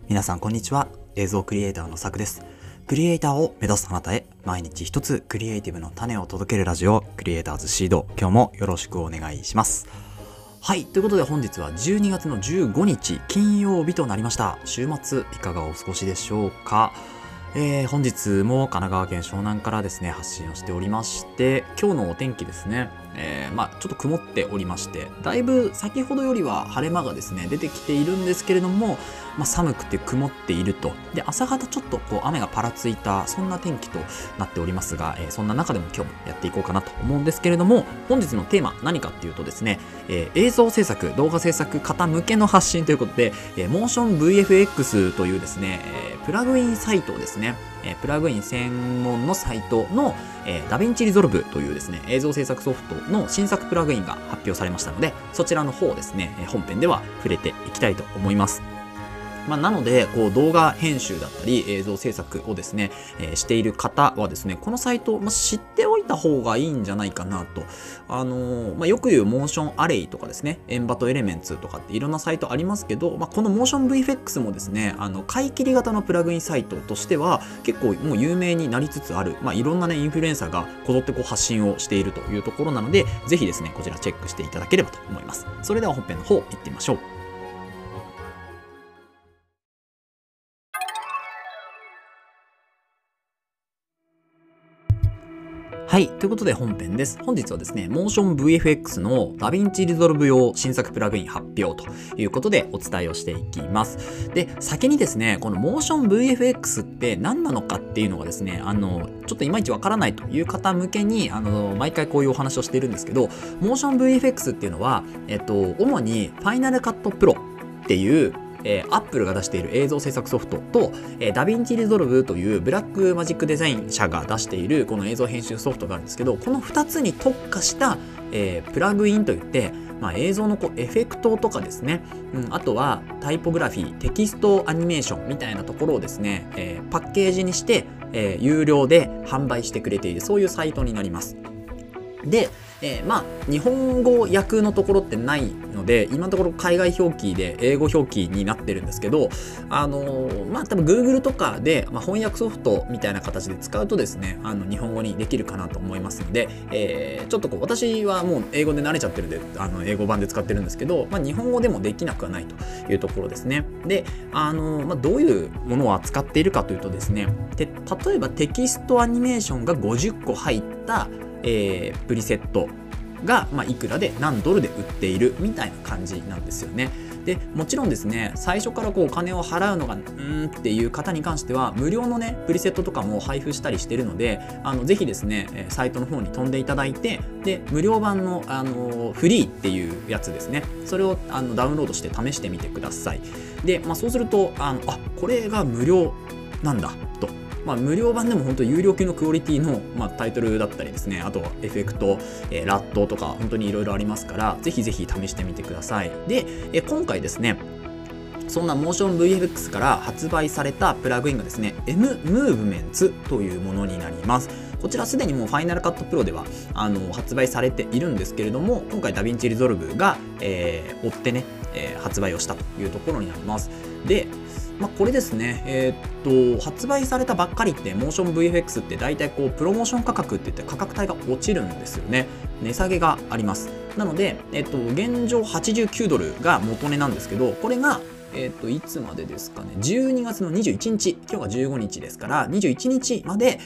皆さんこんにちは。映像クリエイターのさくです。クリエイターを目指すあなたへ、毎日一つクリエイティブの種を届けるラジオ、クリエイターズシード。今日もよろしくお願いします。はい、ということで本日は12月の15日金曜日となりました。週末いかがお過ごしでしょうか。本日も神奈川県湘南からですね発信をしておりまして、今日のお天気ですね、ちょっと曇っておりまして、だいぶ先ほどよりは晴れ間がですね出てきているんですけれども、寒くて曇っていると。で、朝方ちょっと雨がパラついたそんな天気となっておりますが、そんな中でも今日もやっていこうかなと思うんですけれども、本日のテーマ何かっていうとですね、映像制作動画制作方向けの発信ということで、モーション VFX というですね、プラグインサイトをですね、プラグイン専門のサイトの、ダヴィンチリゾルブというですね映像制作ソフトの新作プラグインが発表されましたので、そちらの方をですね本編では触れていきたいと思います。なので動画編集だったり映像制作をですね、している方はですねこのサイト、知っておいた方がいいんじゃないかなと。よく言うモーションアレイとかですね、エンバトエレメンツとかっていろんなサイトありますけど、このモーション VFX もですね買い切り型のプラグインサイトとしては結構もう有名になりつつある、いろんなねインフルエンサーがこぞって発信をしているというところなので、ぜひですねこちらチェックしていただければと思います。それでは本編の方行ってみましょう。はい。ということで本編です。本日はですね、モーション VFX のダヴィンチリゾルブ用新作プラグイン発表ということでお伝えをしていきます。で、先にですね、このモーション VFX って何なのかっていうのがですね、ちょっといまいちわからないという方向けに、毎回こういうお話をしているんですけど、モーション VFX っていうのは、主に Final Cut Pro っていうアップルが出している映像制作ソフトと、ダヴィンチリゾルブというブラックマジックデザイン社が出しているこの映像編集ソフトがあるんですけど、この2つに特化した、プラグインといって、映像のエフェクトとかですね、あとはタイポグラフィー、テキストアニメーションみたいなところをですね、パッケージにして、有料で販売してくれている、そういうサイトになります。で、日本語訳のところってないので、今のところ海外表記で英語表記になってるんですけど、多分 Google とかで、翻訳ソフトみたいな形で使うとですね、日本語にできるかなと思いますので、ちょっと私はもう英語で慣れちゃってるんで、英語版で使ってるんですけど、日本語でもできなくはないというところですね。で、どういうものを扱っているかというとですね、例えばテキストアニメーションが50個入ったプリセットが、いくらで何ドルで売っているみたいな感じなんですよね。でもちろんですね、最初からお金を払うのがっていう方に関しては無料のねプリセットとかも配布したりしてるので、ぜひですねサイトの方に飛んでいただいて、で無料版の、フリーっていうやつですね、それをダウンロードして試してみてください。で、そうするとこれが無料なんだと。無料版でも本当有料級のクオリティの、タイトルだったりですね、あとはエフェクト、ラットとか本当にいろいろありますから、ぜひぜひ試してみてください。で、今回ですね、そんなモーション VFX から発売されたプラグインがですね M ムーブメンツというものになります。こちらすでにもう Final Cut Pro では発売されているんですけれども、今回ダヴィンチリゾルブが、追ってね、発売をしたというところになります。で、これですね、発売されたばっかりってモーション VFX って大体プロモーション価格って言って価格帯が落ちるんですよね。値下げがあります。なので、現状89ドルが元値なんですけど、これがいつまでですかね、12月の21日、今日が15日ですから、21日まで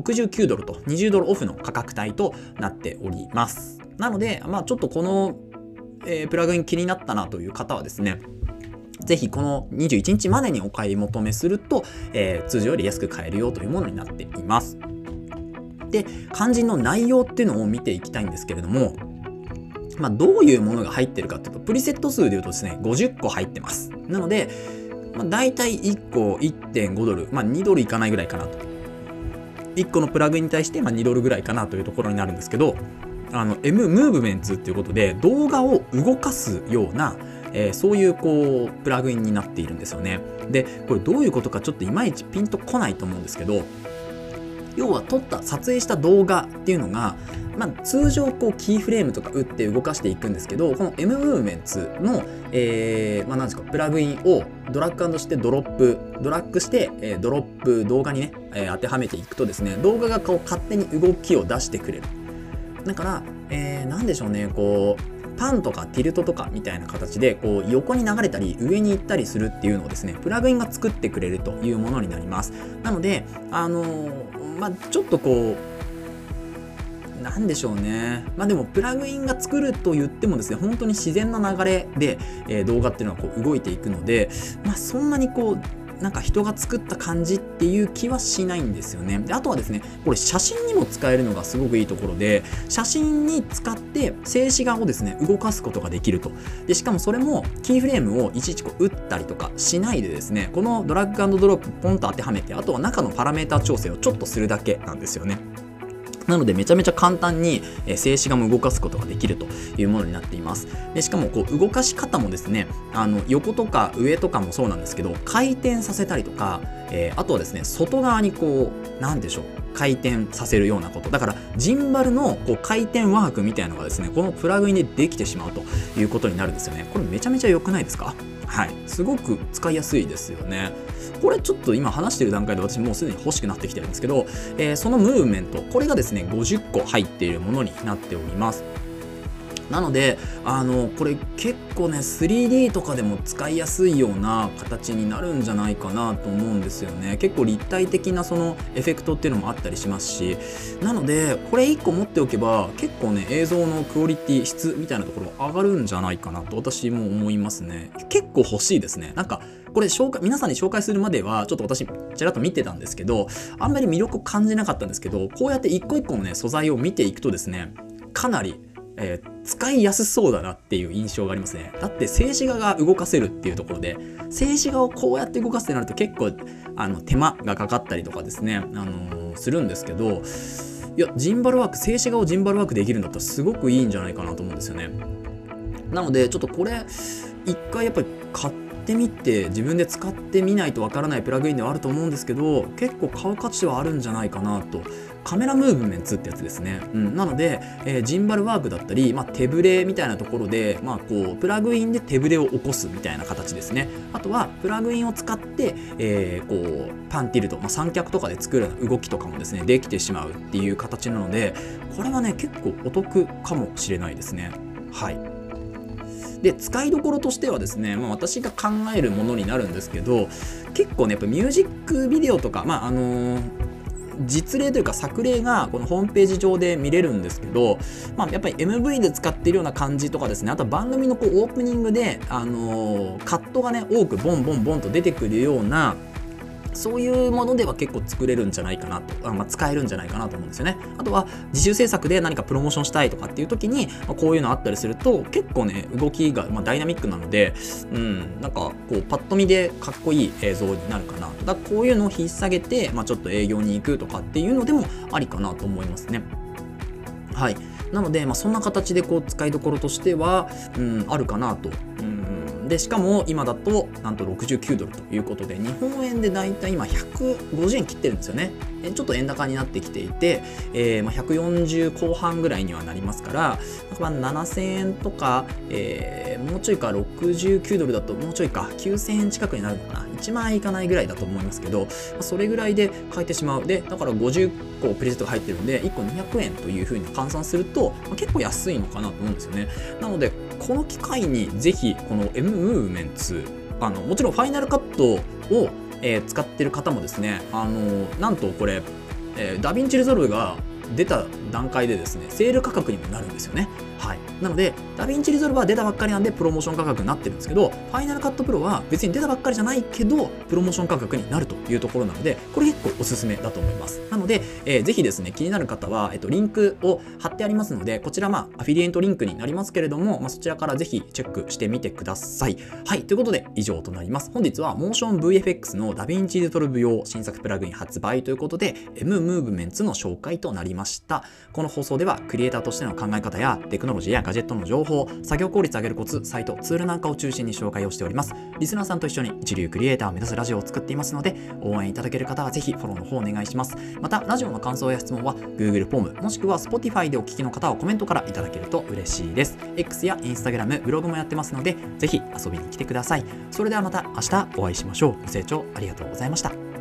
69ドルと20ドルオフの価格帯となっております。なので、ちょっとこの、プラグイン気になったなという方はですね、ぜひこの21日までにお買い求めすると、通常より安く買えるよというものになっています。で、肝心の内容っていうのを見ていきたいんですけれども、どういうものが入ってるかっていうと、プリセット数でいうとですね、50個入ってます。なので、だいたい1個 1.5 ドル、2ドルいかないぐらいかなと。1個のプラグインに対して2ドルぐらいかなというところになるんですけど、M ムーブメンツっていうことで動画を動かすような、そういうプラグインになっているんですよね。で、これどういうことかちょっといまいちピンとこないと思うんですけど、 要は撮影した動画っていうのが、通常キーフレームとか打って動かしていくんですけど、この M ムーブメンツの、なんですか、プラグインをドラッグしてドラッグして、ドロップ動画にね、当てはめていくとですね、動画が勝手に動きを出してくれる。だから、なんでしょうね、パンとかティルトとかみたいな形で横に流れたり上に行ったりするっていうのをですね、プラグインが作ってくれるというものになります。なのでちょっとなんでしょうね。でもプラグインが作ると言ってもですね、本当に自然な流れで、動画っていうのは動いていくので、そんなになんか人が作った感じっていう気はしないんですよね。で、あとはですね、これ写真にも使えるのがすごくいいところで、写真に使って静止画をですね、動かすことができると。で、しかもそれもキーフレームをいちいち打ったりとかしないでですね、このドラッグ&ドロップポンと当てはめて、あとは中のパラメータ調整をちょっとするだけなんですよね。なのでめちゃめちゃ簡単に静止画も動かすことができるというものになっています。で、しかも動かし方もですね、横とか上とかもそうなんですけど、回転させたりとか、あとはですね、外側になんでしょう、回転させるようなこと。だからジンバルの回転ワークみたいなのがですね、このプラグインでできてしまうということになるんですよね。これめちゃめちゃ良くないですか？はい、すごく使いやすいですよね。これちょっと今話してる段階で私もうすでに欲しくなってきてるんですけど、そのムーブメント、これがですね50個入っているものになっております。なのでこれ結構ね 3D とかでも使いやすいような形になるんじゃないかなと思うんですよね。結構立体的なそのエフェクトっていうのもあったりしますし、なのでこれ1個持っておけば結構ね映像のクオリティ質みたいなところ上がるんじゃないかなと私も思いますね。結構欲しいですね。なんかこれ皆さんに紹介するまではちょっと私ちらっと見てたんですけど、あんまり魅力を感じなかったんですけど、こうやって一個一個のね素材を見ていくとですね、かなり使いやすそうだなっていう印象がありますね。だって静止画が動かせるっていうところで、静止画をこうやって動かすってなると結構手間がかかったりとかですね、するんですけど、いやジンバルワーク、静止画をジンバルワークできるんだったらすごくいいんじゃないかなと思うんですよね。なのでちょっとこれ一回やっぱり買ってみて自分で使ってみないとわからないプラグインではあると思うんですけど、結構買う価値はあるんじゃないかなと。カメラムーブメンツってやつですね。なので、ジンバルワークだったり、手ブレみたいなところで、プラグインで手ブレを起こすみたいな形ですね。あとはプラグインを使って、パンティルト、三脚とかで作るような動きとかもですねできてしまうっていう形なので、これはね結構お得かもしれないですね。はい。で、使いどころとしてはですね、私が考えるものになるんですけど、結構ねやっぱミュージックビデオとか実例というか作例がこのホームページ上で見れるんですけど、やっぱり MV で使っているような感じとかですね、あとは番組のオープニングで、カットがね多くボンボンボンと出てくるような、そういうものでは結構作れるんじゃないかなと、使えるんじゃないかなと思うんですよね。あとは自主制作で何かプロモーションしたいとかっていう時に、こういうのあったりすると結構ね動きがダイナミックなので、なんかパッと見でかっこいい映像になるかなと。だからこういうのを引っ提げて、ちょっと営業に行くとかっていうのでもありかなと思いますね。はい。なので、そんな形で使いどころとしては、あるかなと。で、しかも今だとなんと69ドルということで、日本円でだいたい今150円切ってるんですよね。ちょっと円高になってきていて、140後半ぐらいにはなりますから、7000円とか、もうちょいか、69ドルだともうちょいか、9000円近くになるのかな。1万円いかないぐらいだと思いますけど、それぐらいで買えてしまう。で、だから50個プレゼントが入ってるんで、1個200円という風に換算すると、結構安いのかなと思うんですよね。なので、この機会にぜひこの M ムーブメンツ、もちろんファイナルカットを、使ってる方もですね、なんとこれ、ダヴィンチリゾルブが出た段階でですねセール価格にもなるんですよね。はい。なのでダヴィンチリゾルブは出たばっかりなんでプロモーション価格になってるんですけど、ファイナルカットプロは別に出たばっかりじゃないけどプロモーション価格になるというところなので、これ結構おすすめだと思います。なので、ぜひですね気になる方は、リンクを貼ってありますので、こちらアフィリエイトリンクになりますけれども、そちらからぜひチェックしてみてください。はい。ということで以上となります。本日はモーション VFX のダヴィンチリゾルブ用新作プラグイン発売ということで M ムーブメンツの紹介となりました。 この放送ではクリエイターとしての考え方やテクノロジーやガジェットの情報、作業効率上げるコツ、サイト、ツールなんかを中心に紹介をしております。リスナーさんと一緒に一流クリエイターを目指すラジオを作っていますので、応援いただける方はぜひフォローの方お願いします。またラジオの感想や質問は Google フォームもしくは Spotify でお聞きの方はコメントからいただけると嬉しいです。 X や Instagram、ブログもやってますのでぜひ遊びに来てください。それではまた明日お会いしましょう。ご清聴ありがとうございました。